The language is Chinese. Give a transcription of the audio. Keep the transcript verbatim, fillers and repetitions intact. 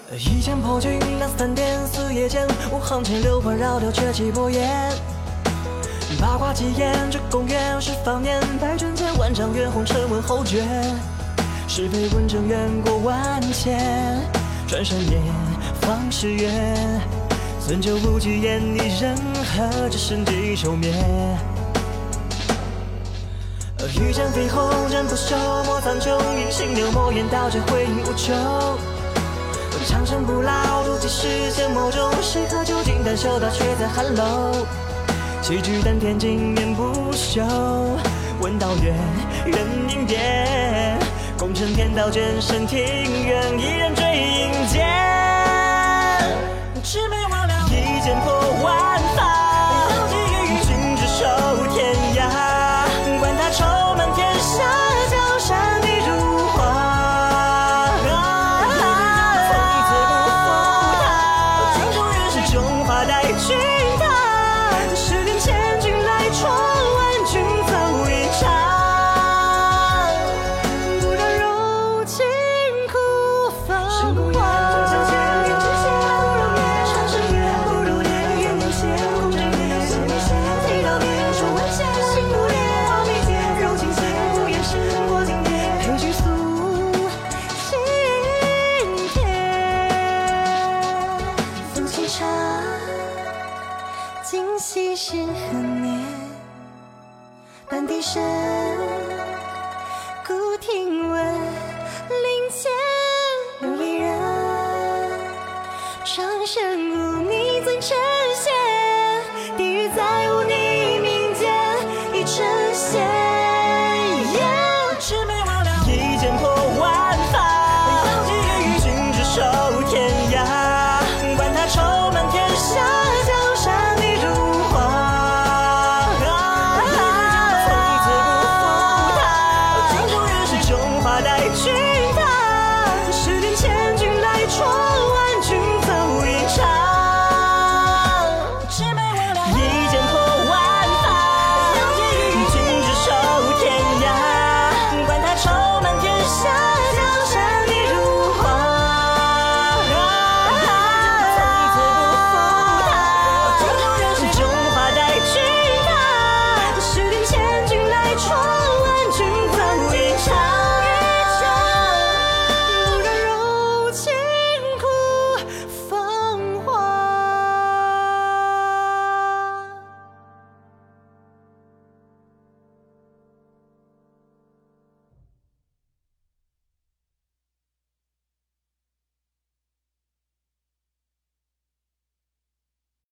一剑破军那三点四夜间，五行间流环绕掉却气波烟。八卦几言，这公元十方年，百卷千万丈远，红尘问后绝。是非问政远过万千，转身间方是月。存酒不惧言，一人何至身地休眠。欲战飞鸿，战不休，莫苍穹，隐形流墨言道这回应无穷。长生不老，妒忌世间某种，谁可究竟？但修道却在寒楼。气聚丹田，尽面不休。问道远，人应变。功成天道，卷身庭院，一人追影间。魑魅魍魉，一剑破万法。道济于君之守天涯，管他愁满天下，江山地如画。今夕是何年？但笛声，故听闻，林间有一人，长生无